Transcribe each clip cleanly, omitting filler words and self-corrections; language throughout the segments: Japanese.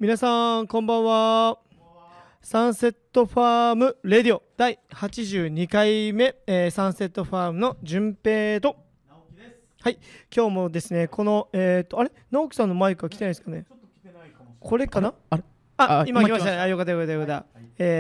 皆さんこんばんは。サンセットファームレディオ第82回目、サンセットファームの順平と直樹です。 はい、今日もですねこのあれ直樹さんのマイクは来てないですかね。 ちょっと来てないかもしれない。 これかな。今来ましたね。よかったよかったよかった。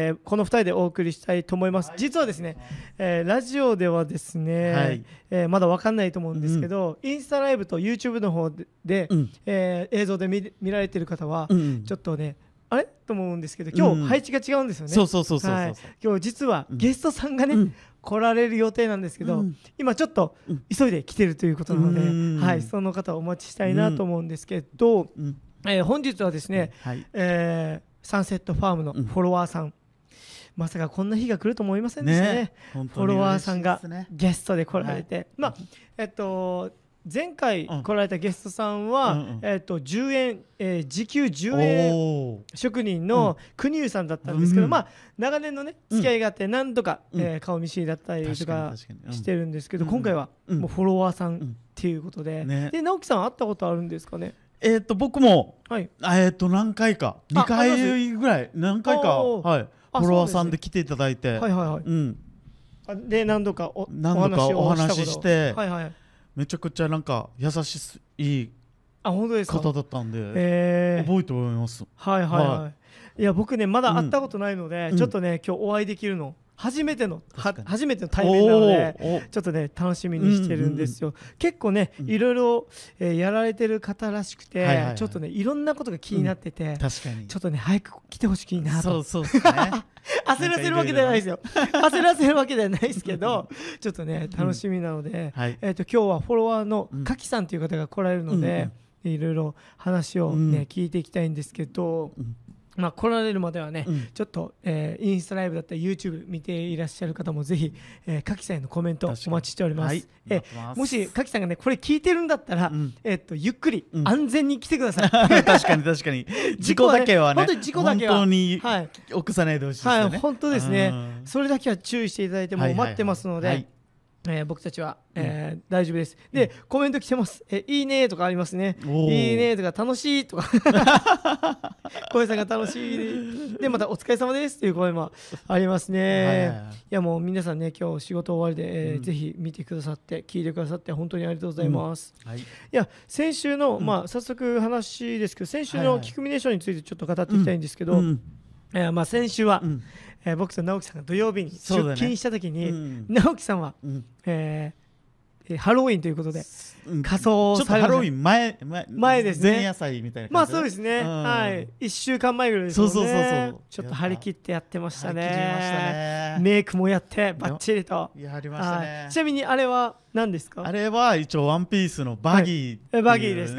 この2人でお送りしたいと思います。実はですね、ラジオではですね、まだ分かんないと思うんですけど、インスタライブと YouTube の方で、映像で見られている方は、ちょっとねあれと思うんですけど、今日配置が違うんですよね。 そう今日実はゲストさんがね、来られる予定なんですけど、今ちょっと急いで来てるということなので、はい、その方をお待ちしたいなと思うんですけど、本日はですね、サンセットファームのフォロワーさん、まさかこんな日が来ると思いませんでしたね。フォロワーさんがゲストで来られて、前回来られたゲストさんは、10円、時給10円職人の国生さんだったんですけど、長年のね付き合いがあって何度か、顔見知りだったりとかしてるんですけど、今回はもうフォロワーさんっていうことで、直樹さん会ったことあるんですかね。 僕も何回か2回ぐらい何回かフォロワーさんで来ていただいて、 で何度かお話ししてめちゃくちゃなんか優しい方だったんで覚えております。 いや僕ねまだ会ったことないので、ちょっとね今日お会いできるの初めての対面なので、ちょっとね楽しみにしてるんですよ。結構ねいろいろやられてる方らしくて、ちょっとねいろんなことが気になってて、ちょっとね早く来てほしいなと。焦らせるわけではないですよ。焦らせるわけではないですけど、ちょっとね楽しみなので、今日はフォロワーのかきさんという方が来られるので、いろいろ話をね聞いていきたいんですけど。来られるまではね、ちょっと、インスタライブだったり YouTube 見ていらっしゃる方もぜひ、かきさんへのコメントお待ちしております。もしかきさんがねこれ聞いてるんだったら、ゆっくり、安全に来てください。 確かに事故だけはね本当に起こさないでほしいですよね。 本当ですね。それだけは注意していただいても待ってますので、僕たちは、大丈夫です。で、コメント来てます。いいねとかありますね。いいねとか楽しいとか小江さんが楽しいでまたお疲れ様ですという声もありますね。いやもう皆さんね今日仕事終わりで、ぜひ見てくださって聞いてくださって本当にありがとうございます。いや先週の、早速話ですけど、先週のキクミネーションについてちょっと語っていきたいんですけど、先週は、僕と直樹さんが土曜日に出勤した時に、直樹さんは、ハロウィンということで仮装されました。 ハロウィン前ですね。前夜祭みたいな感じで。 そうですね。1週間前ぐらいですもんね。ちょっと張り切ってやってましたね。メイクもやってバッチリとやりましたね。 ちなみにあれは何ですか。 あれは一応ワンピースのバギーバギーですか。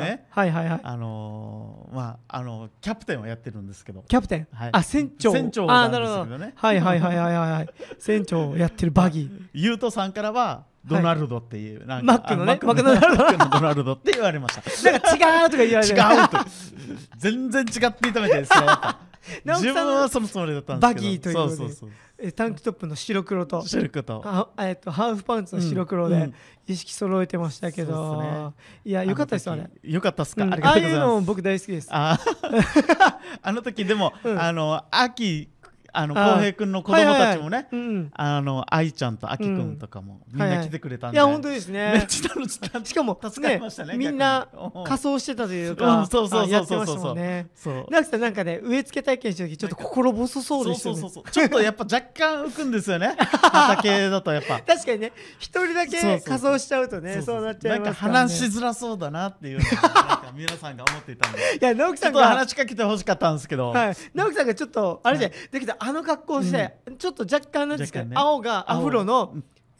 キャプテンをやってるんですけど。 キャプテン、船長なんですけどね。 船長をやってるバギー。 ゆうとさんからはドナルドっていう、 マックのね、マクドナルドって言われました。 なんか違うとか言われて、 違うと全然違っていたみたいですよ。自分はそのつもりだったんですけど、 バギーということでタンクトップの白黒とハーフパンツの白黒で意識揃えてましたけど、いや良かったですよ。あれ良かったっすか。ああいうの僕大好きです。 あの時でも秋浩平君の子供たちもね、愛ちゃんとあき君とかもみんな来てくれたんで、 いや本当ですね。 めっちゃ楽しかった。 しかも助かりましたね。 みんな仮装してたというかやってましたもんね。直樹さんなんかね植え付け体験した時ちょっと心細そうでしたね。 ちょっとやっぱ若干浮くんですよね。畑だとやっぱ確かにね一人だけ仮装しちゃうとねそうなっちゃいますからね。 なんか話しづらそうだなっていうのが皆さんが思っていたんで、いや直樹さんが話しかけてほしかったんですけど、 直樹さんがちょっとあれでできたあの格好してちょっと若干なんですか、青がアフロの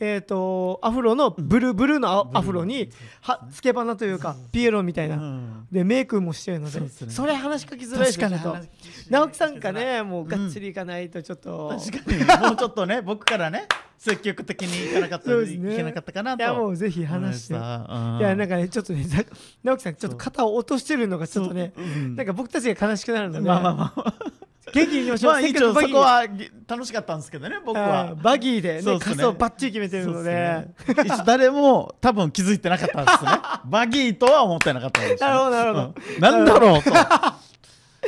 ブルーのアフロにつけ花というかピエロみたいなでメイクもしてるので、それ話しかけづらいですけど、直樹さんがねもうがっつりいかないとちょっと確かにもうちょっとね僕からね積極的にいかなかったいけなかったかなと。 いやもうぜひ話して、いやなんかねちょっとね直樹さんちょっと肩を落としてるのがちょっとねなんか僕たちが悲しくなるので、元気にいきましょう。 一応そこは楽しかったんですけどね。僕はバギーで仮装バッチリ決めてるので、 誰も多分気づいてなかったんですね。バギーとは思ってなかったんです。 なるほどなんだろうと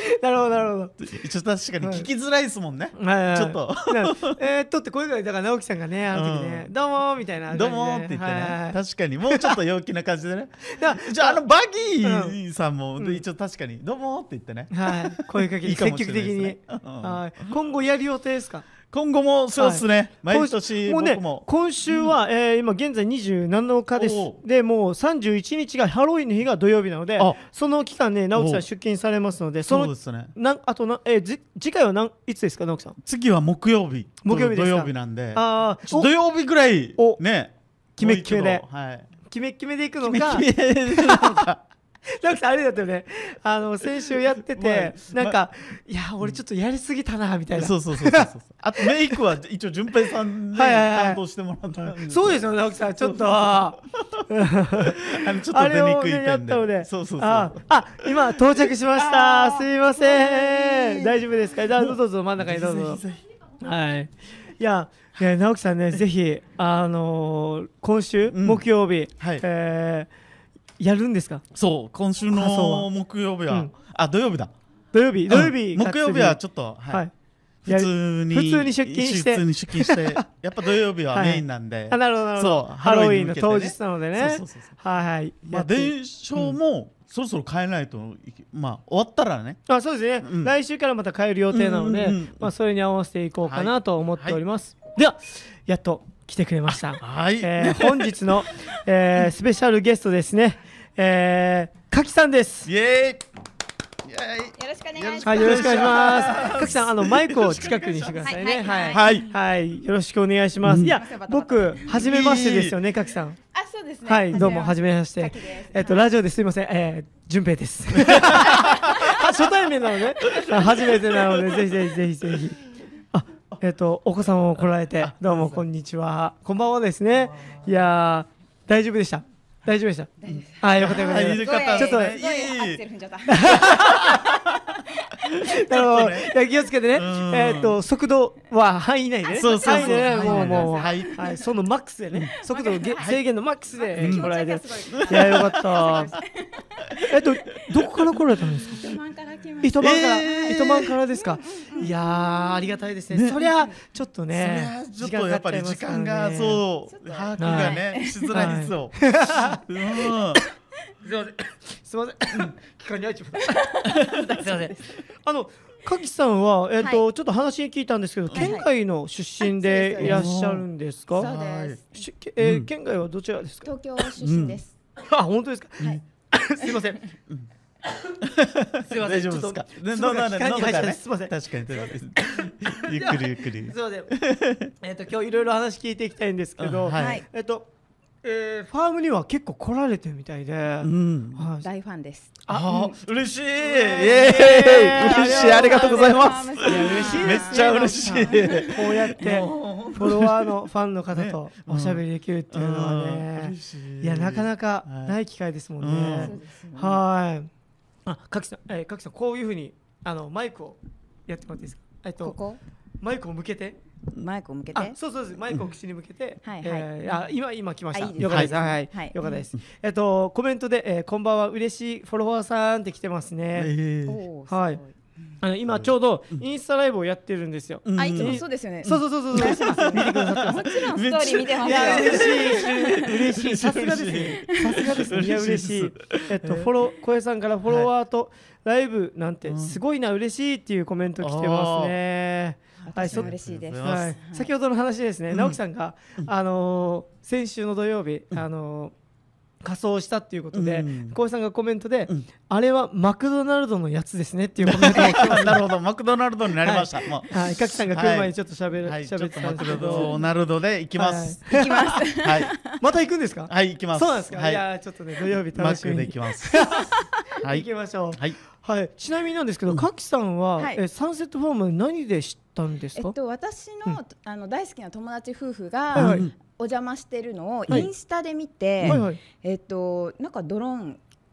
なるほどなるほど。 一応確かに聞きづらいですもんね。 はいちょっとって声がだから直樹さんがねあの時ね、どうもみたいなどうもって言ってね、確かにもうちょっと陽気な感じでね。じゃあバギーさんも一応確かにどうもって言ってね、 声かけて積極的に。今後やる予定ですか？ 今後もそうですね、毎年僕も今週は今現在27日です。でもう31日がハロウィンの日が土曜日なので、その期間ね直樹さん出勤されますので、そのあと次回はいつですか直樹さん？ 次は木曜日土曜日なんで、土曜日ぐらいね決め決めで決め決めでいくのか直樹さんあれだったよね、先週やっててなんかいや俺ちょっとやりすぎたなみたいな。 そうあとメイクは一応順平さんで担当してもらったんで。 そうですよ直樹さんちょっとちょっと出にくい点で。今到着しました。すいません、大丈夫ですか？どうぞ真ん中にどうぞ。いや直樹さんねぜひ今週木曜日やるんですか？ そう、今週の木曜日は、土曜日だ。 土曜日木曜日はちょっと普通に出勤してやっぱ土曜日はメインなんで。 なるほどなるほど。ハロウィンの当日なのでね。 電車もそろそろ変えないと終わったらね。 そうですね。来週からまた変える予定なので、それに合わせていこうかなと思っております。ではやっと来てくれました。本日のスペシャルゲストですね。かきさんです。 イエーイ。 よろしくお願いします。 よろしくお願いします。かきさんマイクを近くにしてくださいね。はいよろしくお願いします。いや僕初めましてですよねかきさん。 そうですね。 はいどうも初めまして。ラジオですいません順平です。初対面なのね。初めてなのでぜひ。お子さんも来られてどうもこんにちはこんばんはですね。いや大丈夫でした？大丈夫でした。よかったよかった。ちょっと気をつけてね。速度は範囲内でね。もうそのマックスでね。速度制限のマックスで来られて。いやよかった。どこから来られたんですか？糸満からですか？いやありがたいですね。そりゃちょっとねちょっとやっぱり時間がそう把握がねしづらいですよ。 すみません。機械に入っちゃった。すみません。かきさんはちょっと話聞いたんですけど、県外の出身でいらっしゃるんですか？ そうです。 県外はどちらですか？ 東京出身です。 本当ですか？すみません。 大丈夫ですか？すみません。 確かにゆっくり。 すみません。今日いろいろ話聞いていきたいんですけど、ファームには結構来られてるみたいで、 大ファンです。 嬉しい。嬉しい。ありがとうございます。めっちゃ嬉しい。 こうやってフォロワーのファンの方とおしゃべりできるっていうのはね、いやなかなかない機会ですもんね。はい。かきさんこういう風にマイクをやってもらっていいですか？マイクを向けて。そうです。マイクを口に向けて。今来ました。よかったです。よかったです。コメントでこんばんは嬉しいフォロワーさんって来てますね。はい。今ちょうどインスタライブをやってるんですよ。 いつもそうですよね。 そう見てくださってます。 もちろんストーリー見てますよ。 嬉しい。さすがですね。いや嬉しい。小江さんからフォロワーとライブなんてすごいな嬉しいっていうコメント来てますね。 私も嬉しいです。 先ほどの話ですね。直樹さんが先週の土曜日仮装したっていうことで小江さんがコメントであれはマクドナルドのやつですねっていうコメントが来ました。 なるほどマクドナルドになりました。 かきさんが来る前にちょっと喋ってたんですけど、 マクドナルドで行きます。 また行くんですか？ はい行きます。 そうなんですか？いやちょっとね土曜日楽しみに行きます。 行きましょう。ちなみになんですけどかきさんはサンセットファーム何で知ったんですか？ 私の大好きな友達夫婦がお邪魔してるのをインスタで見て、なんかドローン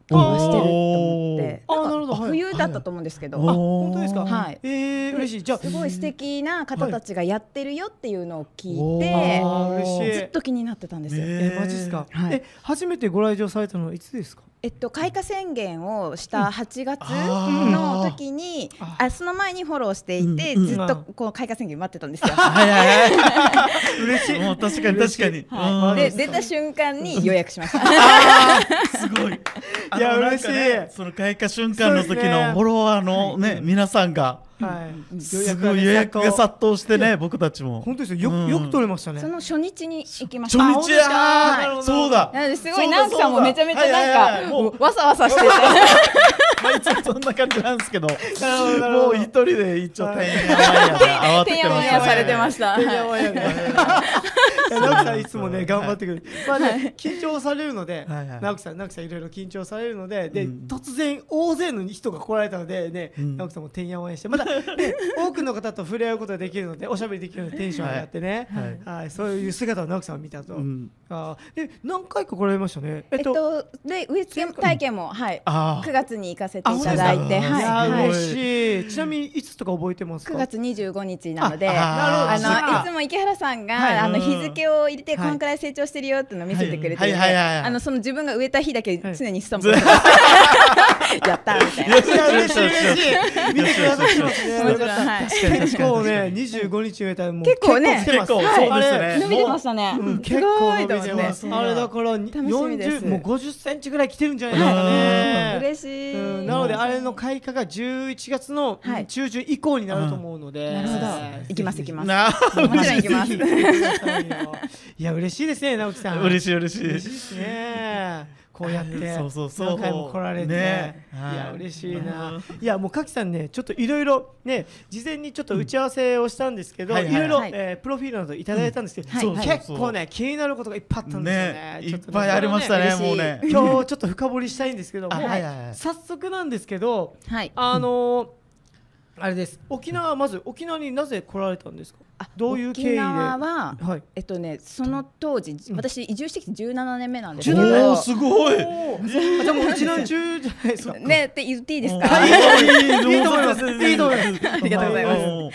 はしてると思って、 なるほど、 冬だったと思うんですけど。 本当ですか。 はい。 嬉しい。じゃあすごい素敵な方たちがやってるよっていうのを聞いて、ずっと気になってたんですよ。 マジですか。初めてご来場されたのはいつですか。 開花宣言をした8月の時に、その前にフォローしていて、ずっとこう開花宣言待ってたんですよ。 嬉しい。もう確かに確かに。 で出た瞬間に予約しました。 すごい。 いや嬉しい。 その開花瞬間の時のフォロワーのね皆さんが。すごい予約が殺到してね、僕たちも。 本当ですよ。よく取れましたね。 その初日に行きました。 初日、そうだ。 すごい直樹さんもめちゃめちゃなんかわさわさしてて。 いつもそんな感じなんですけど、もう一人で一応てんやわんやで慌ててました。 されてました。 てんやわんやで。直樹さんいつもね頑張ってくる。まあね緊張されるので、直樹さんいろいろ緊張されるので、突然大勢の人が来られたのでね、直樹さんもてんやわんやして、また多くの方と触れ合うことができるので、おしゃべりできるのでテンション上がってね、そういう姿を直樹さん見たと。何回か来られましたね。 で植え付け体験も9月に行かせていただいて、 嬉しい。ちなみにいつとか覚えてますか。 9月25日なので、いつも池原さんが日付を入れてこのくらい成長してるよっていうのを見せてくれてるので、その自分が植えた日だけ常にスタンプやったみたいな。 嬉しい見てくださいますね。結構ね25日植えたらもう結構ねそうですね。 伸びてましたね。 結構伸びてます。あれだから40もう50センチぐらい来てるんじゃないですかね。 嬉しい。 なのであれの開花が11月の中旬以降になると思うので。 なるほど。行きます。もちろん行きます。 いや嬉しいですね直樹さん。 嬉しいですね。こうやって何回も来られて、いや嬉しいな。いやもう柿さんねちょっといろいろね事前にちょっと打ち合わせをしたんですけど、いろいろプロフィールなどいただいたんですけど、結構ね気になることがいっぱいあったんですよね。 いっぱいありましたね。もうね今日ちょっと深掘りしたいんですけども、早速なんですけど、あれです。まず沖縄になぜ来られたんですか。どういう経緯で。 沖縄はその当時私移住してきて17年目なんですけど。 すごい。 じゃあもう一年中じゃないですか。 ねって言っていいですか。 いいと思います。ありがとうございます。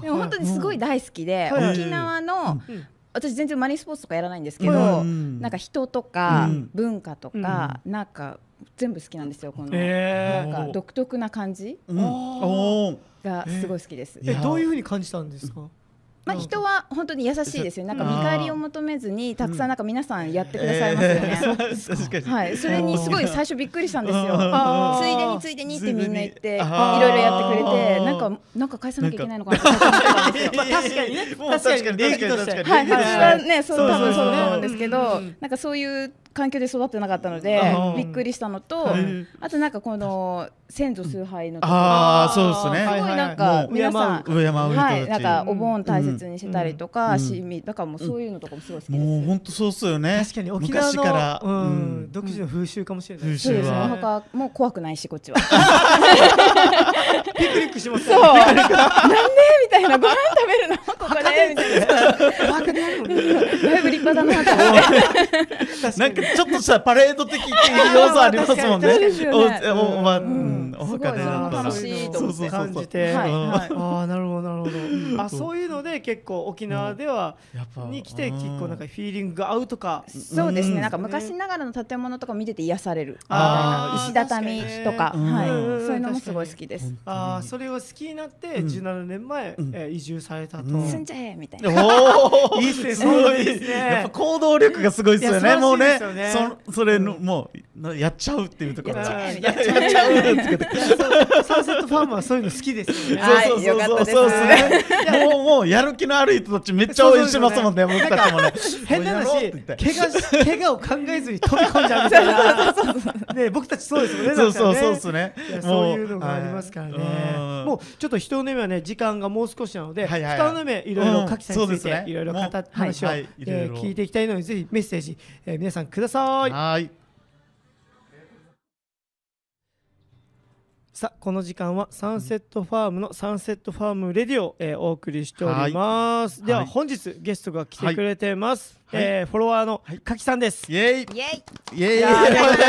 でも本当にすごい大好きで、沖縄の私全然マリンスポーツとかやらないんですけど、なんか人とか文化とかなんか全部好きなんですよ。このなんか独特な感じがすごい好きです。 どういう風に感じたんですか。 人は本当に優しいですよ。なんか見返りを求めずにたくさんなんか皆さんやってくださいますよね。はい、それにすごい最初びっくりしたんですよ。ついでにってみんな言っていろいろやってくれて、なんか返さなきゃいけないのかなって思ったんですよ。 確かにね、確かに礼儀として、 はい、それはね、多分そうだと思うんですけど、なんかそういう環境で育ってなかったのでびっくりしたのと、あとなんかこの先祖崇拝のところ、 そうですね。 すごいなんか皆さんなんかお盆大切にしてたりとか、だからもうそういうのとかもすごい好きです。 もう本当そうっすよね。 確かに沖縄の独自の風習かもしれない。 そうですね。他もう怖くないしこっちは。 ピクニックします。 そう。なんでみたいな、ご飯食べるのここでみたいな。だいぶ立派だなと思って。 なんかちょっとしたパレード的要素ありますもんね。 すごい楽しいと思って感じて、なるほどなるほど。そういうので結構沖縄ではに来て結構なんかフィーリングが合うとか。 そうですね。なんか昔ながらの建物とか見てて癒されるみたいな、石畳とか、そういうのもすごい好きです。 それを好きになって17年前移住されたと。 住んじゃえみたいな。 いいですね。そうですね。 やっぱ行動力がすごいですよね。もうね、それのもうやっちゃうっていうところ。やっちゃう。 サンセットファームはそういうの好きですよね。 はい、よかったです。 もうやる気のある人たちめっちゃ応援してますもんね。僕たちもね。 変な話、怪我を考えずに飛び込んじゃうみたいな。ね、僕たちそうですよね。 そうですね。 そういうのがありますからね。もうちょっと一目はね時間がもう少しなので、二目いろいろ柿さんについていろいろ話を聞いていきたいので、ぜひメッセージ皆さんください。 さあこの時間はサンセットファームのサンセットファームレディオを、お送りしております。では本日ゲストが来てくれてます。フォロワーのかきさんです。 イエイイエイイエイ。いや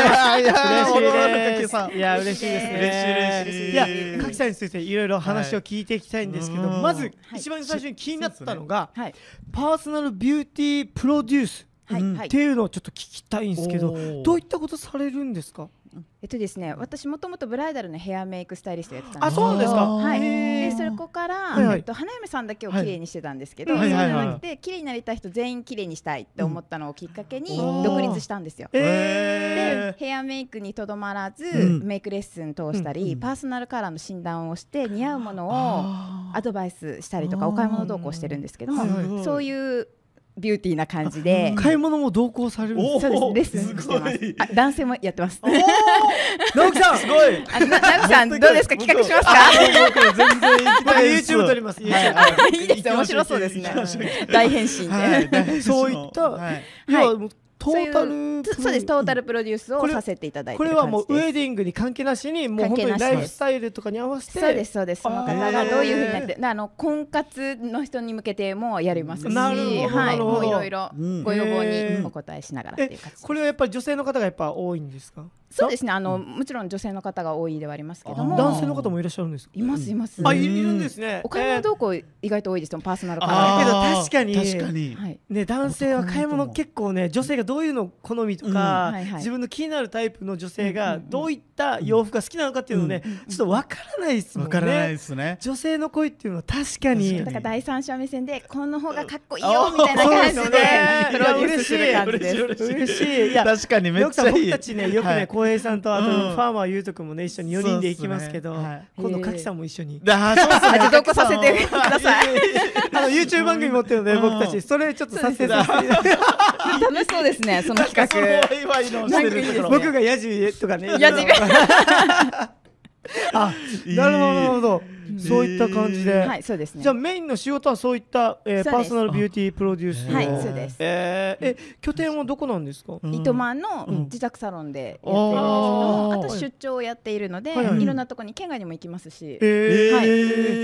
嬉しいです。いや嬉しいですね。 嬉しい。 いやかきさんについていろいろ話を聞いていきたいんですけど、まず一番最初に気になったのがパーソナルビューティープロデュースっていうのをちょっと聞きたいんですけど、どういったことされるんですか？ ですね、私もともとブライダルのヘアメイクスタイリストやってたんですけど、そうですか。 はい。でそこから花嫁さんだけを綺麗にしてたんですけど、そうじゃなくて綺麗になりたい人全員綺麗にしたいって思ったのをきっかけに独立したんですよ。でヘアメイクにとどまらずメイクレッスン通したり、パーソナルカラーの診断をして似合うものをアドバイスしたりとかお買い物同行してるんですけども、そういうビューティーな感じで買い物も同行されるんですか？ そうです、レッスンしてます。男性もやってます。 直樹さんすごい。 直樹さんどうですか？企画しますか？ 僕全然行きたいです。 YouTube 撮ります。 いいですね、面白そうですね。大変身でそういったトータルそうです、トータルプロデュースをさせていただいてこれはもうウェディングに関係なしにもう本当にライフスタイルとかに合わせて。 そうですそうです。その方がどういうふうになって婚活の人に向けてもやりますし、はい、もういろいろご要望にお答えしながらっていう感じ。 これはやっぱり女性の方がやっぱ多いんですか？ そうですね、もちろん女性の方が多いではありますけども、 男性の方もいらっしゃるんですか？ いますいます。 あ、いるんですね。 お買い物同行意外と多いですよ、パーソナルカラー。だけど確かにね、男性は買い物結構ね、女性がどういうの好みとか自分の気になるタイプの女性がどういった洋服が好きなのかっていうのね、ちょっとわからないですもんね。 わからないですね。 女性の恋っていうのは確かにだから第三者目線でこの方がかっこいいよみたいな感じでプロデュースする感じです。 嬉しい。いや確かにめっちゃいい。 僕たちねよくね浩平さんとあとファーマーゆうとくんもね一緒に4人で行きますけど、今度かきさんも一緒に同行させてください。 YouTube 番組持ってるので僕たちそれちょっと撮影させて。 楽しそうですね、その企画。 僕がヤジとかね。 ヤジあ、なるほどなるほど。そういった感じで。 はい、そうですね。 じゃあメインの仕事はそういったパーソナルビューティープロデュース。 はい、そうです。 拠点はどこなんですか？ 糸満の自宅サロンでやってるんですけど、あと出張をやっているので、いろんなところに県外にも行きますし。 はい。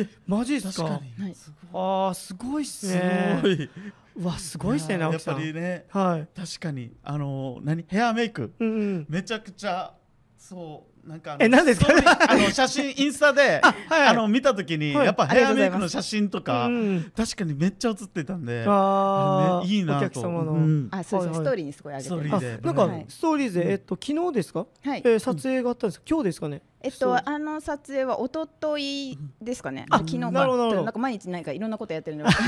マジですか？ああ、すごいっすね。うわ、すごいっすね、直樹さん。 やっぱりね、 はい。 確かにヘアメイクめちゃくちゃそうなんか何ですか？ 写真インスタで見た時にやっぱヘアメイクの写真とか確かにめっちゃ写ってたんでいいなと。 お客様のそうです、ストーリーにすごい上げてます。 なんかストーリーで昨日ですか？撮影があったんですか？今日ですかね？ 撮影は一昨日ですかね。昨日かなんか毎日なんかいろんなことやってるので。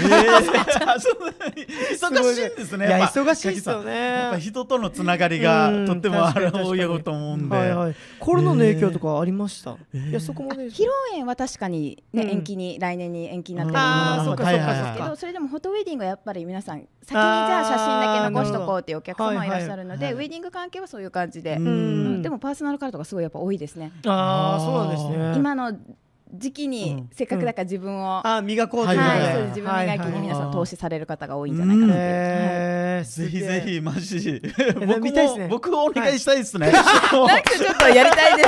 忙しいんですね。 いや忙しいですよね。 やっぱ人とのつながりがとっても多いと思うんで。 コロナの影響とかありました？いやそこもね。 披露宴は確かにね延期に来年に延期になってるものがですけど、それでもフォトウェディングはやっぱり皆さん先にじゃあ写真だけ残しとこうっていうお客様いらっしゃるので、ウェディング関係はそういう感じで。でもパーソナルカラーとかすごいやっぱ多いですね。 ああ、そうなんですね。 今の時期にせっかくだから自分を磨こうというそう自分磨きに皆さん投資される方が多いんじゃないかなって。 ぜひぜひマジ僕お願いしたいですね。 なんかちょっとやりたい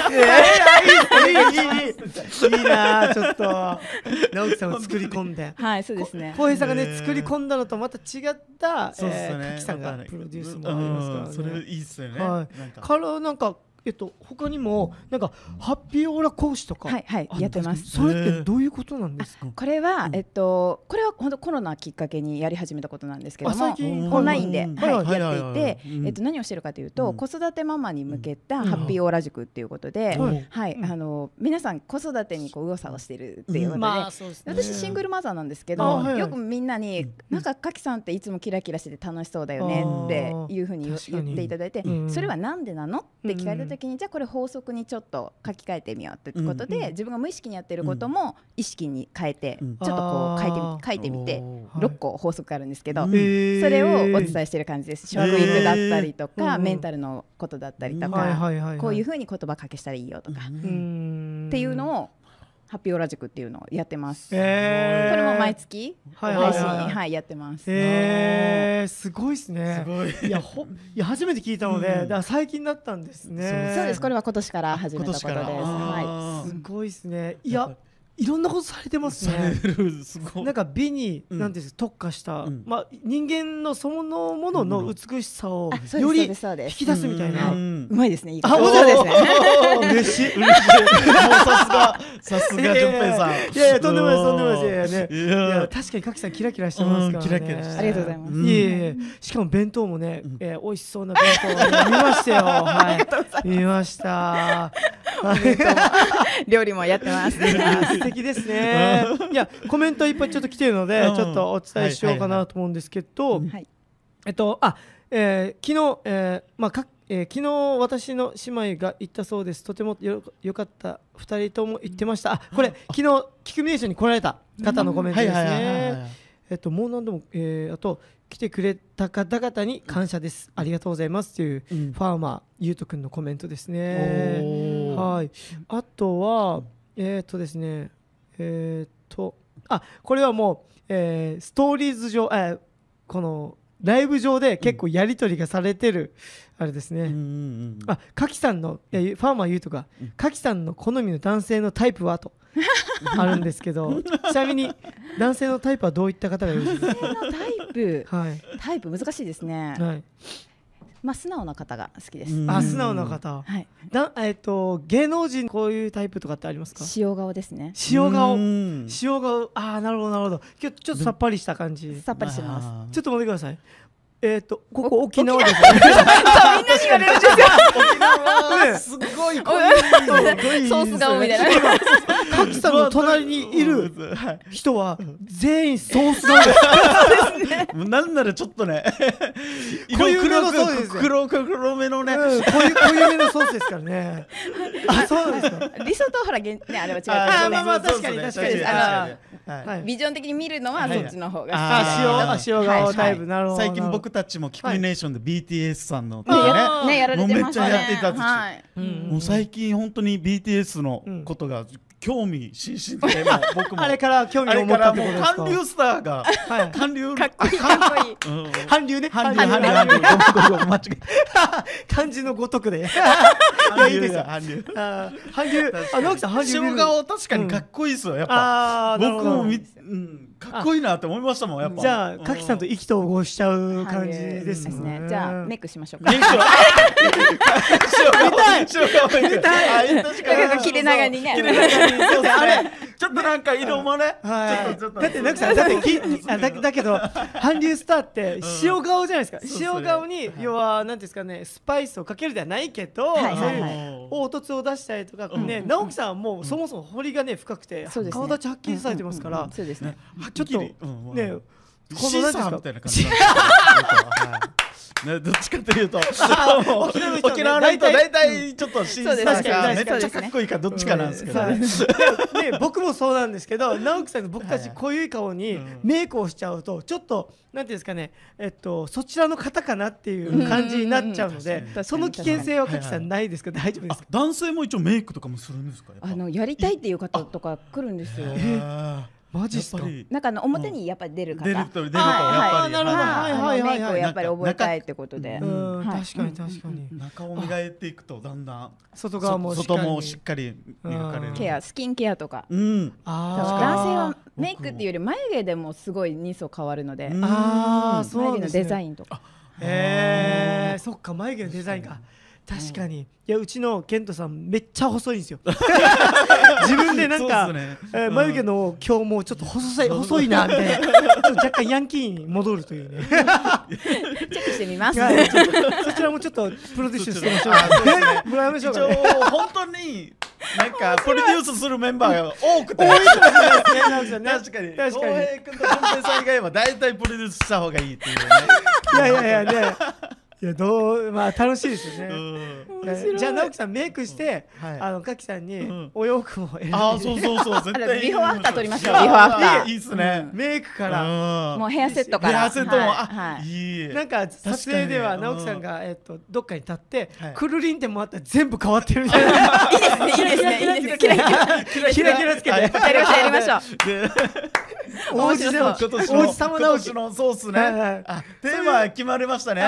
です。いいな、ちょっと直樹さんを作り込んで。 はい、そうですね。 浩平さんがね作り込んだのとまた違ったかきさんがプロデュースもありますからね。 それいいっすよね。 からなんか他にもなんかハッピーオーラ講師とかやってます。 それってどういうことなんですか？ これは本当コロナきっかけにやり始めたことなんですけども、オンラインでやっていて、何をしてるかというと子育てママに向けたハッピーオーラ塾っていうことで、皆さん子育てに右往左往してるっていうことで、私シングルマザーなんですけど、よくみんなになんかかきさんっていつもキラキラしてて楽しそうだよねっていうふうに言っていただいて、それはなんでなのって聞かれた時に、じゃあこれ法則にちょっと書き換えてみようってことで、自分が無意識にやってることも意識に変えて、ちょっとこう書いてみて6個法則があるんですけど、それをお伝えしてる感じです。食育だったりとか、メンタルのことだったりとか、こういうふうに言葉かけしたらいいよとかっていうのをハッピーオラ塾っていうのをやってます。これも毎月配信、はいやってます。 すごいですね。いや初めて聞いたので、だから最近だったんですね。 そうです。これは今年から始めたことです。 すごいですね。いや。いろんなことされてますね。なんか美になんです特化した、まあ人間のそのものの美しさをより引き出すみたいな。 うまいですね。 あ、本当ですね。 嬉しい。もうさすが純平さん。 いやいやとんでもないとんでもないですね。いや確かにかきさんキラキラしてますからね。 ありがとうございます。 いえしかも弁当もね、美味しそうな弁当見ましたよ。はい。見ました。 料理もやってます。 素敵ですね。いやコメントいっぱいちょっと来てるので、ちょっとお伝えしようかなと思うんですけど、昨日昨日私の姉妹が言ったそうです。とてもよかった。2人とも言ってました。これ昨日キクミネーションに来られた方のコメントですね。もう何度もあと来てくれた方々に感謝です。ありがとうございますというファーマーゆうとくんのコメントですね。はい。あとはですねこれはもうストーリーズ上このライブ上で結構やり取りがされてるあれですね。かきさんのファーマーゆうとがかきさんの好みの男性のタイプはとあるんですけど、ちなみに男性のタイプはどういった方がいるんですか？ 男性のタイプ難しいですね。まあ素直な方が好きです。 素直な方。芸能人こういうタイプとかってありますか？ 塩顔ですね。 塩顔。なるほどなるほど。今日ちょっとさっぱりした感じ。 さっぱりしてます。 ちょっと待ってください。ここ沖縄ですね。みんなに言われるんですよ。 沖縄すごいソース顔みたいな。 かきさんの隣にいる人は全員ソース顔です。 なんならちょっとね、 濃ゆめのソースです。 黒めのね、 濃ゆめのソースですからね。あ、そうなんですか。 理想とほらねあれは違う。 まあ確かに確かに。 ビジョン的に見るのはそっちの方が塩顔タイプ。なるほど。 最近僕たちもキクミネーションで BTS さんのねやられてましたね。 めっちゃやっていたし、もう最近本当に BTS のことが興味津々で、僕もあれから興味を持ったってことですか？ 韓流スターが韓流かっこいい韓流ね、 韓流ごめん間違えた。漢字のごとくで。いいですよ。韓流。直樹さん韓流。 塩顔確かにかっこいいですよ。やっぱ僕もかっこいいなって思いましたもん。やっぱじゃあかきさんと意気投合しちゃう感じですね。 じゃあメイクしましょうか。 メイク見たい。 切れ長にね。 あれちょっとなんか色もね。 だって直樹さんだけど韓流スターって塩顔じゃないですか。塩顔に要はなんですかね、スパイスをかけるではないけど、そういう凹凸を出したりとかね。直樹さんはもうそもそも彫りがね深くて顔立ちはっきりされてますから。 そうですね。 ちょっとね、 このなんですかみたいな感じ。どっちかというと沖縄の人大体ちょっとシーサーかめっちゃかっこいいかどっちかなんですけどね。 僕もそうなんですけど、直樹さんの僕たち濃い顔にメイクをしちゃうとちょっとなんていうんですかね、そちらの方かなっていう感じになっちゃうので、その危険性はかきさんないですか？大丈夫ですか？ 男性も一応メイクとかもするんですか？ やりたいっていう方とか来るんですよ。 マジっすか？ なんか表にやっぱり出る方、 出るとやっぱりなるほど、 メイクをやっぱり覚えたいってことで、 確かに確かに中を磨いていくとだんだん外もしっかり磨かれる。 ケア、スキンケアとか。 男性はメイクっていうより眉毛でもすごい2層変わるので、眉毛のデザインとか。 そっか、眉毛のデザインか。確かに。いや、うちのケントさんめっちゃ細いんですよ。自分でなんか眉毛の今日もうちょっと細いなみたいな、若干ヤンキーに戻るというね。 チェックしてみます。 そちらもちょっとプロデュースしてみましょう。もらいましょうかね。 本当になんかプロデュースするメンバーが多くて、 多いですね。 確かに浩平君と純平さん以外は大体プロデュースした方がいいっていうね。 いやまあ楽しいですよね。 じゃあ直樹さんメイクしてかきさんにお洋服を選んで。 あ、そうそうそう、絶対ビフォーアフター撮りましょう。ビフォーアフターいいっすね。 メイクからもうヘアセットから、 ヘアセットもいい。 なんか撮影では直樹さんがどっかに立ってくるりんって回ったら全部変わってるみたいな。 いいですね、いいですね、いいですね。キラキラキラキラつけてやりましょう。 王子でも王子様直樹のそうっすね。テーマ決まりましたね。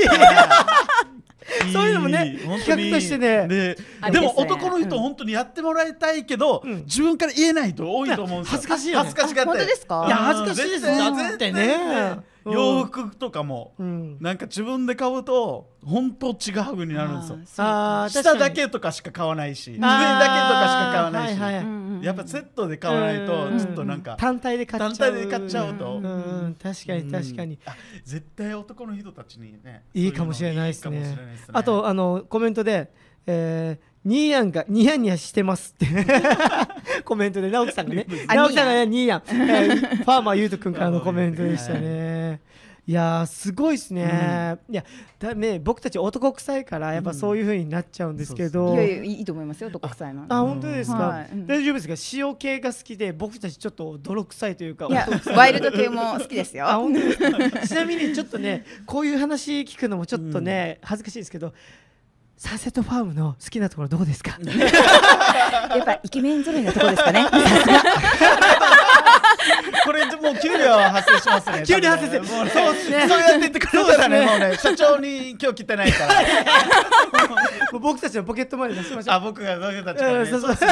そういうのもね、企画としてね。 でも男の人本当にやってもらいたいけど、自分から言えない人多いと思うんですよ。 恥ずかしいよね。 恥ずかしがって。 本当ですか？ いや恥ずかしいですね。だってね。 洋服とかもなんか自分で買うと本当違う風になるんですよ。下だけとかしか買わないし、上だけとかしか買わないし、やっぱセットで買わないとちょっとなんか単体で買っちゃうと。確かに確かに。 絶対男の人たちにねいいかもしれないですね。あとコメントでニーヤンがニヤニヤしてますってコメントで直樹さんがね、直樹さんがねニーヤン、ファーマーゆうとくんからのコメントでしたね。いやすごいですね。いやね、僕たち男臭いからやっぱそういう風になっちゃうんですけど、 いやいいと思いますよ、男臭いの。 あ、本当ですか。大丈夫ですか。塩系が好きで僕たちちょっと泥臭いというか、 いやワイルド系も好きですよ。 あ、本当ですか。ちなみにちょっとね、こういう話聞くのもちょっとね恥ずかしいですけど、サンセットファームの好きなところどこですか。 やっぱイケメン揃いのところですかね。 これもう給料発生しますね。 給料発生する。そうですね。 そうやって言ってくれたらね、もうね、社長に今日来てないから。 僕たちのポケットマネー出しましょう。 あ、僕が僕たちがね。 そうそう。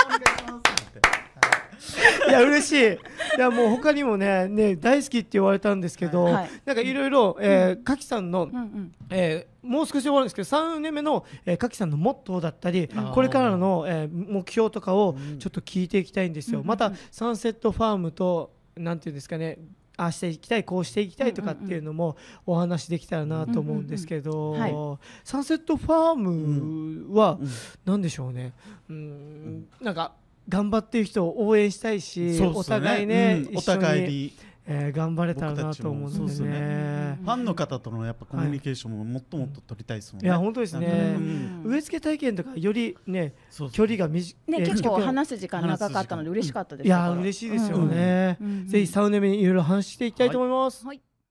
いや嬉しい。いやもう他にもね大好きって言われたんですけど、なんかいろいろかきさんのもう少し終わるんですけど、3年目のかきさんのモットーだったりこれからの目標とかをちょっと聞いていきたいんですよ。またサンセットファームとなんていうんですかね、ああしていきたいこうしていきたいとかっていうのもお話できたらなと思うんですけど、サンセットファームは何でしょうね。なんか頑張ってる人を応援したいし、お互いね一緒に頑張れたらなと思うんですね。 ファンの方とのやっぱコミュニケーションももっともっと取りたいですもんね。 いや本当ですね。植え付け体験とかよりね距離が結構話す時間長かったので嬉しかったです。 いや嬉しいですよね。ぜひ3年目にいろいろ話していきたいと思います。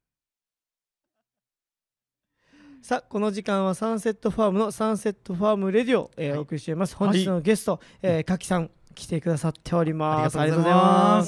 さあこの時間はサンセットファームのサンセットファームレディオお送りしています。本日のゲストかきさん来てくださっております。ありがとうございます。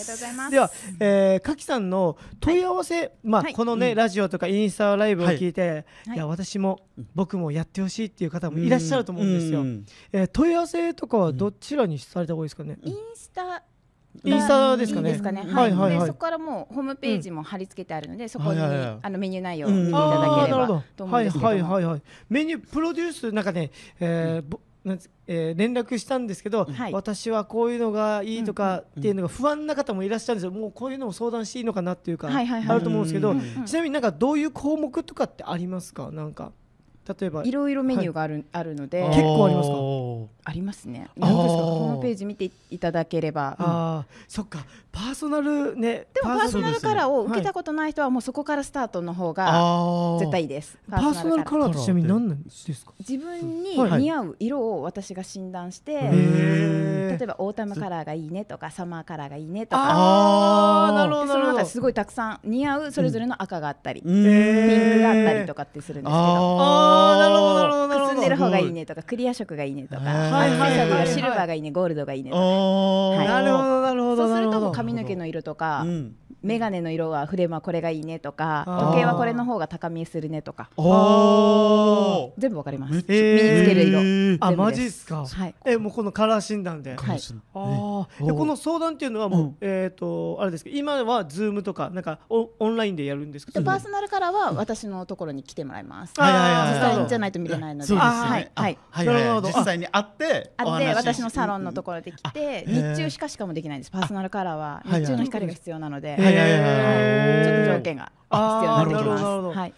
では、かきさんの問い合わせ、このね、ラジオとかインスタライブを聞いて、いや私も僕もやってほしいっていう方もいらっしゃると思うんですよ。問い合わせとかはどちらにされた方がいいですかね。 インスタですかね。 でそこからもうホームページも貼り付けてあるので、そこにメニュー内容を見ていただければと思うんですけど、 メニュープロデュースなんかね。連絡したんですけど、私はこういうのがいいとかっていうのが不安な方もいらっしゃるんですよ。もうこういうのも相談していいのかなっていうかあると思うんですけど、ちなみになんかどういう項目とかってありますか。なんか例えばいろいろメニューがあるので、 結構ありますか。 ありますね。ホームページ見ていただければ。 そっか、パーソナルね。 でもパーソナルカラーを受けたことない人はもうそこからスタートの方が絶対いいです。 パーソナルカラーってちなみに何なんですか。 自分に似合う色を私が診断して、例えばオータムカラーがいいねとかサマーカラーがいいねとか、 なるほど、 その中ですごいたくさん似合うそれぞれの赤があったり、ピンクがあったりとかってするんですけど、くすんでる方がいいねとか、クリア色がいいねとか、アクセサリーはシルバーがいいね、ゴールドがいいねとか。 なるほどなるほど。 そうするともう髪の毛の色とか、メガネの色はフレームはこれがいいねとか、時計はこれの方が高見えするねとか、全部わかります。身につける色。 あ、マジですか。もうこのカラー診断で。この相談っていうのはもうあれですけど、今はズームとかなんかオンラインでやるんですか。 パーソナルカラーは私のところに来てもらいます。実際じゃないと見れないので。 実際に会って私のサロンのところで来て、日中しかもできないんです。パーソナルカラーは日中の光が必要なので、ちょっと条件が必要になってきます。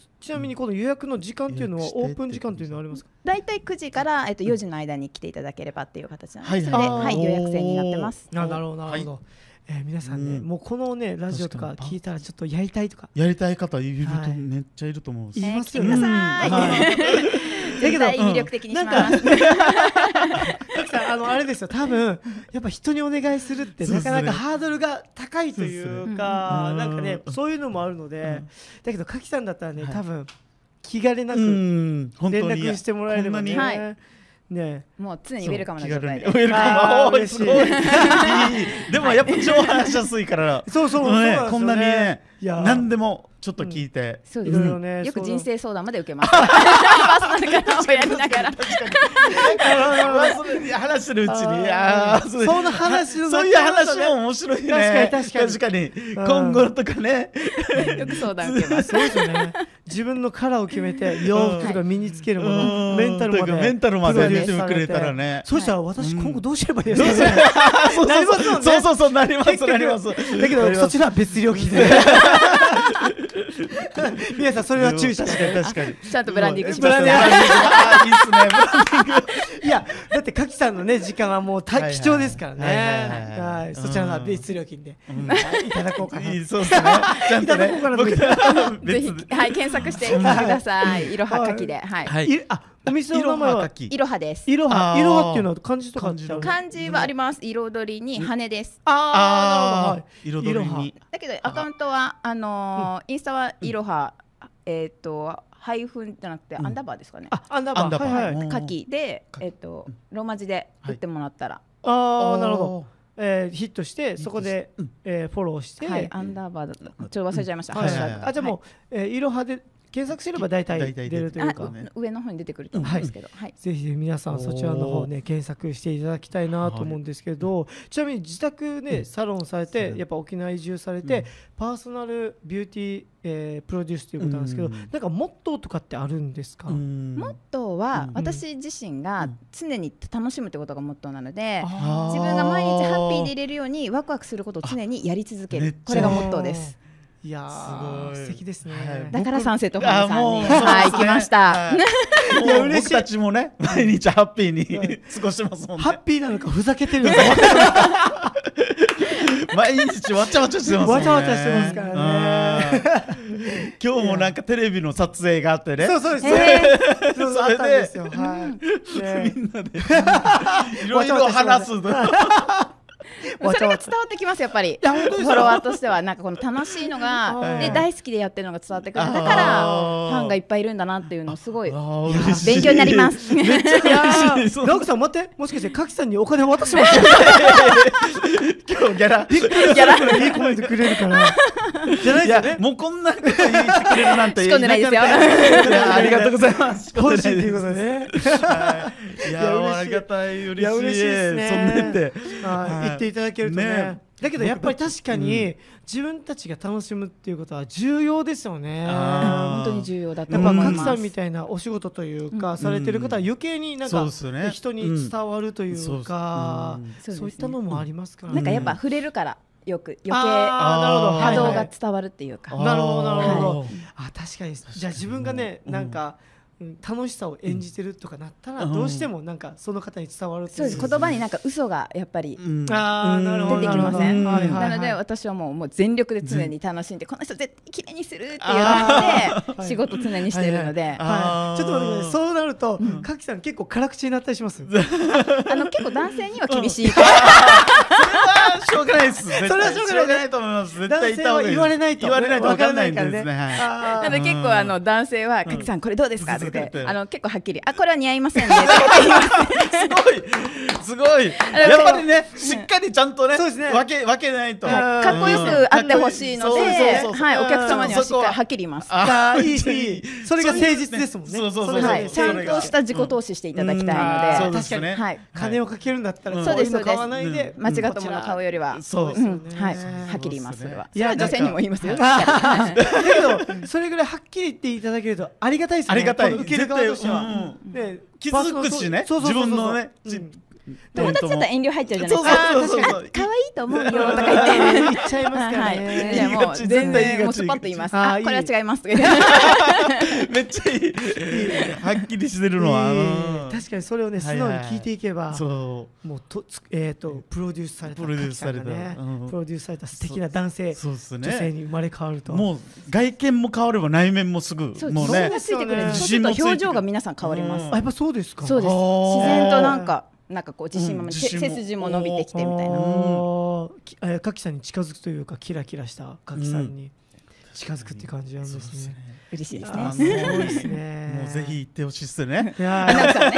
ちなみにこの予約の時間っていうのはオープン時間というのはありますか。 だいたい9時から4時の間に来ていただければっていう形なので、それで予約制になってます。 なるほどなるほど。皆さんね、もうこのねラジオとか聞いたらちょっとやりたいとかやりたい方いるとめっちゃいると思う。 いますよね。だけ絶対魅力的にします。 あれですよ、多分やっぱ人にお願いするってなかなかハードルが高いというか、なんかねそういうのもあるので、だけどかきさんだったらね、多分気兼ねなく連絡してもらえればね。 ね、もう常にウェルカムな状態で。 ウェルカム、すごい。でもやっぱ超話しやすいから、 そうこんなにね、何でもちょっと聞いて。 そうですね。よく人生相談まで受けます。パーソナルカラーをやりながら。 話してるうちに、 その話のそういう話も面白いね。 確かに。 今後とかね。 よく相談受けます。 そうですよね。自分のカラーを決めて洋服とか身につけるもの、メンタルまで見てくれたらね。 そうしたら私今後どうすればいいですか。なりますよね。 そうなります。 だけどそちらは別料金で。皆さんそれは注意して確かにちゃんとブランディングします。 いいっすね、ブランディング。 いやだってかきさんのね時間はもう貴重ですからね。そちらの別料金でいただこうかな。 そうですね。ちゃんとね。 ぜひ検索してみてください。いろはかきで。 お店の名前はいろはです。 いろはっていうのは漢字とか漢字はあります。彩りに羽です。 なるほど。彩りに。 だけどアカウントはインスタはいろはハイフンじゃなくてアンダーバーですかね。 アンダーバー。 かきでローマ字で打ってもらったら。 なるほど。ヒットしてそこでフォローして。 アンダーバーだった。ちょっと忘れちゃいました。 じゃあもういろはで検索すれば大体出るというか、 上の方に出てくると思うんですけど、 ぜひ皆さんそちらの方ね検索していただきたいなと思うんですけど、ちなみに自宅ねサロンされてやっぱ沖縄移住されてパーソナルビューティープロデュースということなんですけど、なんかモットーとかってあるんですか？ モットーは私自身が常に楽しむということがモットーなので、自分が毎日ハッピーでいれるようにワクワクすることを常にやり続ける、これがモットーです。 いやー素敵ですね。 だからサンセットファンさんに行きました。 僕たちもね毎日ハッピーに過ごしてますもんね。 ハッピーなのかふざけてるのか毎日わちゃわちゃしてますもんね。 わちゃわちゃしてますからね。今日もなんかテレビの撮影があってね。 そうです。それでみんなでいろいろ話す。 それが伝わってきますやっぱり。フォロワーとしてはなんかこの楽しいのがで大好きでやってるのが伝わってくる。だからファンがいっぱいいるんだなっていうのすごい勉強になります。 めっちゃ嬉しい。直樹さん待って、もしかしてかきさんにお金渡してます？ 今日ギャラいいコメントくれるからじゃないですよね。 もうこんなこと言ってくれるなんて仕込んでないですよ。 ありがとうございます。 欲しいということでね。 いやありがたい、嬉しいですね。そんなって言っていただけるとね。だけどやっぱり確かに自分たちが楽しむっていうことは重要ですよね。 本当に重要だと思います。 やっぱかきさんみたいなお仕事というかされてる方は余計になんか人に伝わるというか、そういったのもありますからね。 なんかやっぱ触れるからよく余計波動が伝わるっていうか。 なるほど。確かに。じゃあ自分がねなんか楽しさを演じてるとかなったらどうしてもなんかその方に伝わる。 そうです。言葉になんか嘘がやっぱり出てきません。なので私はもう全力で常に楽しんでこの人絶対綺麗にするっていうので仕事常にしてるので。 ちょっと待ってください。そうなるとかきさん結構辛口になったりします？ 結構男性には厳しい。 しょうがないです。それはしょうがないと思います。絶対言われないと分からないからね。 なので結構男性はかきさんこれどうですかって結構はっきりこれは似合いませんね。 すごい。やっぱりねしっかりちゃんとね分けないとかっこよくあってほしいので、お客様にはしっかりはっきり言います。 いい。それが誠実ですもんね。 ちゃんとした自己投資していただきたいので、 確かに金をかけるんだったらそうです買わないで間違ったものを買うよりははっきり言います。それは女性にも言いますよ。 だけどそれぐらいはっきり言っていただけるとありがたいですね。 ありがたい。 受ける側としては気づくしね。自分のね。 友達だったら遠慮入っちゃうじゃないですか。可愛いと思うよとか言って言っちゃいますからね。 もう全然もうスパッと言います。これは違います。 めっちゃいい。はっきりしてるのは。 確かにそれをね素直に聞いていけば、もうプロデュースされた、プロデュースされた素敵な男性、女性に生まれ変わると、 もう外見も変われば内面もすぐもうね、 ちょっと表情が皆さん変わります。 やっぱそうですか。 そうです。自然となんかこう自信も背筋も伸びてきてみたいな。 カキさんに近づくというか、キラキラしたカキさんに近づくって感じなんですね。 嬉しいですね。 すごいですね。 もうぜひ行ってほしいですね。 ちな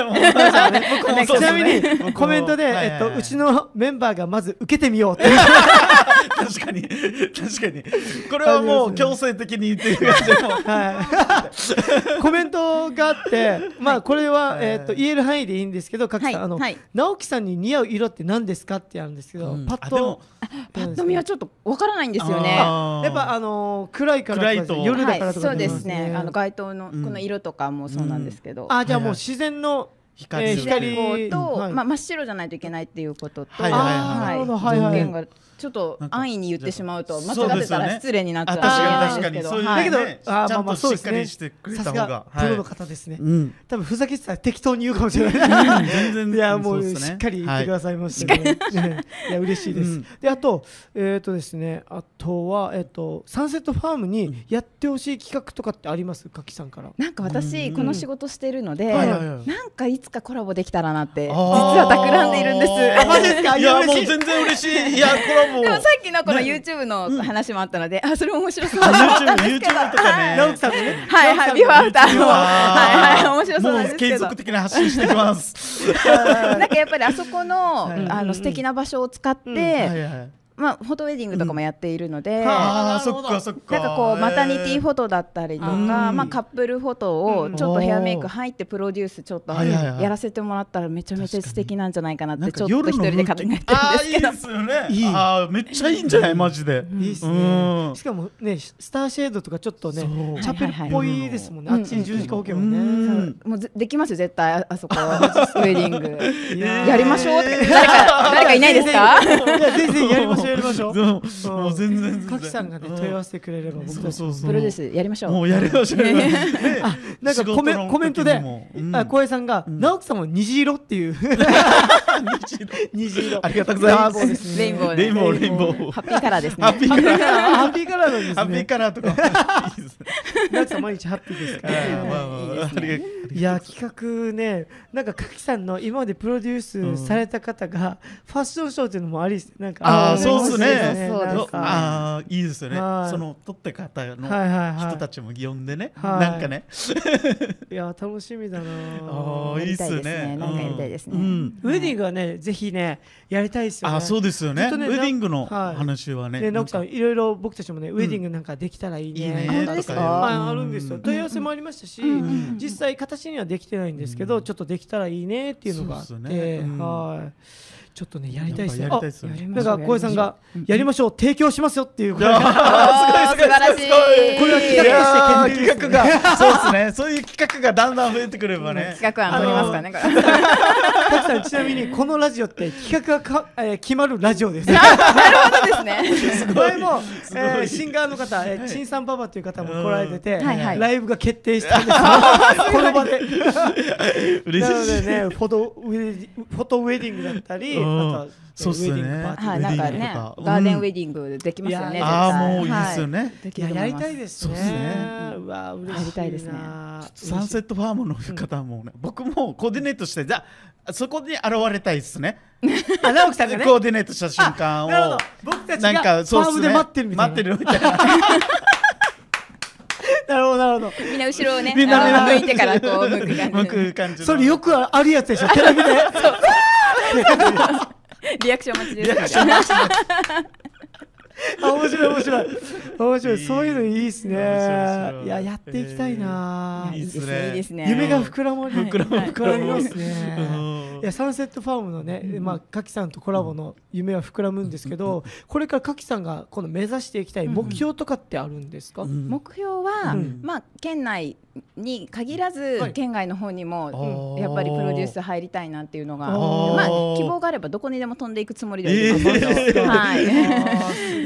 みにコメントでうちのメンバーがまず受けてみようって。 確かにこれはもう強制的に言ってる感じもコメントがあって、まあこれは言える範囲でいいんですけど、カキさん直樹さんに似合う色って何ですかってあるんですけど、パッと見はちょっとわからないんですよね。 やっぱ暗いからとか夜だからとか、 そうですね。街灯のこの色とかもそうなんですけど、 じゃあもう自然の光と真っ白じゃないといけないっていうことと、条件がちょっと安易に言ってしまうと間違ってたら失礼になっちゃうかもしれないですけど、 だけどちゃんとしっかりしてくれた方がプロの方ですね。多分ふざけてたら適当に言うかもしれない。全然いやもうしっかり言ってくださいましたね。いや嬉しいです。であとですね、あとはサンセットファームにやってほしい企画とかってあります？カキさんから。 なんか私この仕事してるので、なんかいつかコラボできたらなって実は企んでいるんです。 マジですか？ いやもう全然嬉しい。いやコラボ。 でもさっきのこの YouTube の話もあったので、それ面白そうだったんですけど、 YouTube とかね、 直樹さんのね、 ビフォーアフターも面白そうなんですけど、 もう継続的な発信してきます。 なんかやっぱりあそこの素敵な場所を使ってフォトウェディングとかもやっているので、 そっかそっか、 なんかこうマタニティフォトだったりとか、カップルフォトをちょっとヘアメイク入ってプロデュースちょっとやらせてもらったらめちゃめちゃ素敵なんじゃないかなってちょっと一人で考えてるんですけど、 いいですよね。めっちゃいいんじゃないマジで。 いいですね。しかもねスターシェードとかちょっとねチャペルっぽいですもんね。あっちに十字架置けばね。 もうできますよ絶対あそこウェディングやりましょうとか誰かいないですか？ 全然やりましょうやりましょう。 もう全然カキさんがね問い合わせてくれれば僕たちプロデュースやりましょう。 もうやりましょう。 なんかコメントで小江さんが直樹さんも虹色っていう虹色ありがとうございます。 レインボーハッピーカラーですね。 ハッピーカラーなんですね。 ハッピーカラーとか直樹さん毎日ハッピーですから。いや企画ね、なんかカキさんの今までプロデュースされた方がファッションショーっていうのもありなんかそうですね。いいですよね。 その撮って方の人たちも呼んでね、なんかね。 いや楽しみだな。 いいっすね。 なんかやりたいですね。 ウェディングはねぜひねやりたいですよね。 そうですよね。ウェディングの話はね。 直樹さんいろいろ僕たちもねウェディングなんかできたらいいね。 本当ですか？ あるんですよ。問い合わせもありましたし、実際形にはできてないんですけど、ちょっとできたらいいねっていうのがあって、ちょっとねやりたいですね。なんか小江さんがやりましょう提供しますよっていうこれ素晴らしい。 これは企画がそうですね。そういう企画がだんだん増えてくればね。 企画案取りますかね。 タキさんちなみにこのラジオって企画が決まるラジオです。 なるほどですね。 これもシンガーの方陳さんパパという方も来られててライブが決定したんですこの場で。 嬉しい。 なのでねフォトウェディングだったり。 そうですね。 なんかね、ガーデンウェディングできますよね。 もういいですよね。 やりたいですね。うわ嬉しい。 やりたいですね。 サンセットファームの方もね、僕もコーディネートしてじゃそこに現れたいですね。 直樹さんがねコーディネートした瞬間を僕たちがファームで待ってるみたいな。なるほどなるほど。 みんな後ろをね向いてからこう向く感じ。 それよくあるやつでしょテレビで。 リアクション待ちです。 面白いそういうのいいですね。いややっていきたいな。 いいですね。 夢が膨らみますね。 いやサンセットファームのね、まあカキさんとコラボの夢は膨らむんですけど、これからカキさんがこの目指していきたい目標とかってあるんですか？ 目標は、まあ県内に限らず、県外の方にもやっぱりプロデュース入りたいなっていうのが、まあ希望があればどこにでも飛んでいくつもりではいますけど、はい。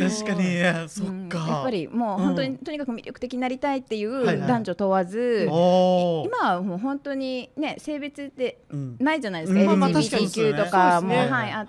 確かに、そっか。 やっぱりもう本当にとにかく魅力的になりたいっていう男女問わず、今はもう本当にね性別ってないじゃないですか。LGBTQ とかもはいあって、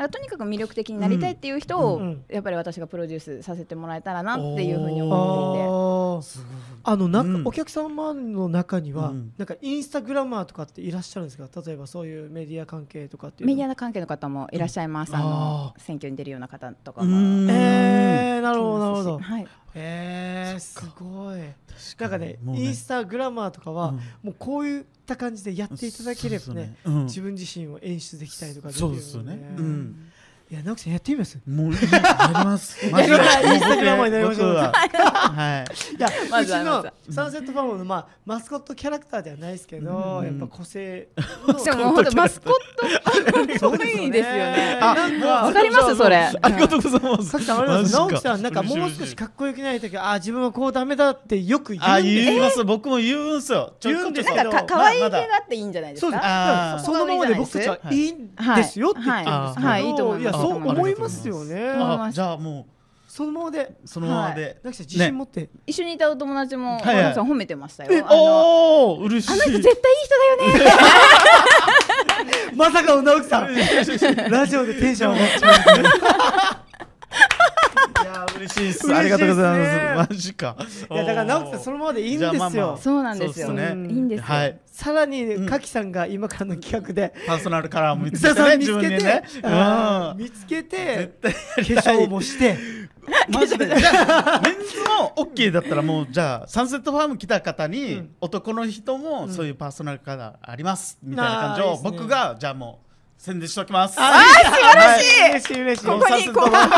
とにかく魅力的になりたいっていう人をやっぱり私がプロデュースさせてもらえたらなっていうふうに思っていて。 なんかお客様の中にはなんかインスタグラマーとかっていらっしゃるんですか？例えばそういうメディア関係とかっていう。 メディア関係の方もいらっしゃいます。選挙に出るような方とかも。 なるほどなるほど。 はい。 すごい。なんかねインスタグラマーとかはもうこういった感じでやっていただければね、自分自身を演出できたりとかできるので。そうですよね。いや直樹さんやってみます？ もうやります。マジで。インスタグラマーになりましょう。 はい。 いやうちのサンセットファームのまあマスコットキャラクターではないですけど、やっぱ個性。 でも本当マスコット可愛いですよね。わかりますそれ。 ありがとうございます。 さっきさんありがとうございます。直樹さんなんかもう少しかっこよくないとき自分はこうダメだってよく言うんですよ。 言います。僕も言うんすよ。 言うんですけど。 なんか可愛い系があっていいんじゃないですか。 そのままで僕たちはいいんですよって言ってるんですけど。 はいいいと思います。 そう思いますよね。 じゃあもうそのままで直樹さん自信持って一緒にいたお友達も直樹さん褒めてましたよ。 おお嬉しい。 あの人絶対いい人だよね。 まさかの直樹さんラジオでテンション上がっちゃう。 いや嬉しいです。ありがとうございます。マジか。 いやだから直樹さんそのままでいいんですよ。 そうなんですよ。いいんですよ。 さらにカキさんが今からの企画でパーソナルカラーも見つけて自分でね見つけて化粧もしてマジでメンズも OK だったらもうじゃあサンセットファーム来た方に男の人もそういうパーソナルカラーありますみたいな感じを僕がじゃあもう宣伝しておきます。 素晴らしい。 嬉しい嬉しい。 ここに広告が。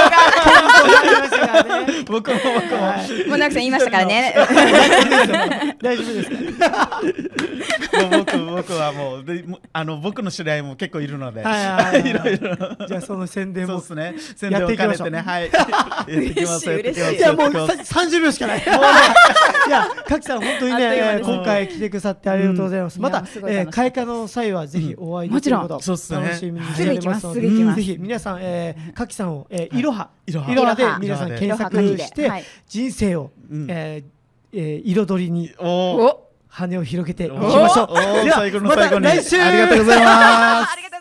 僕ももう直樹さん言いましたからね。 大丈夫です。 僕はもう僕の知り合いも結構いるので、いろいろ。 じゃあその宣伝もそうですね。宣伝を兼ねてね、はい。やってきます。 いやもう30秒しかない。いやカキさん本当にね今回来てくださってありがとうございます。また開花の際はぜひお会いできること。 そうですね。 すぐ行きます。すぐ行きます。 ぜひ皆さんカキさんをいろはで皆さん検索して人生を彩りに羽を広げていきましょう。 最後の最後に来週ありがとうございます。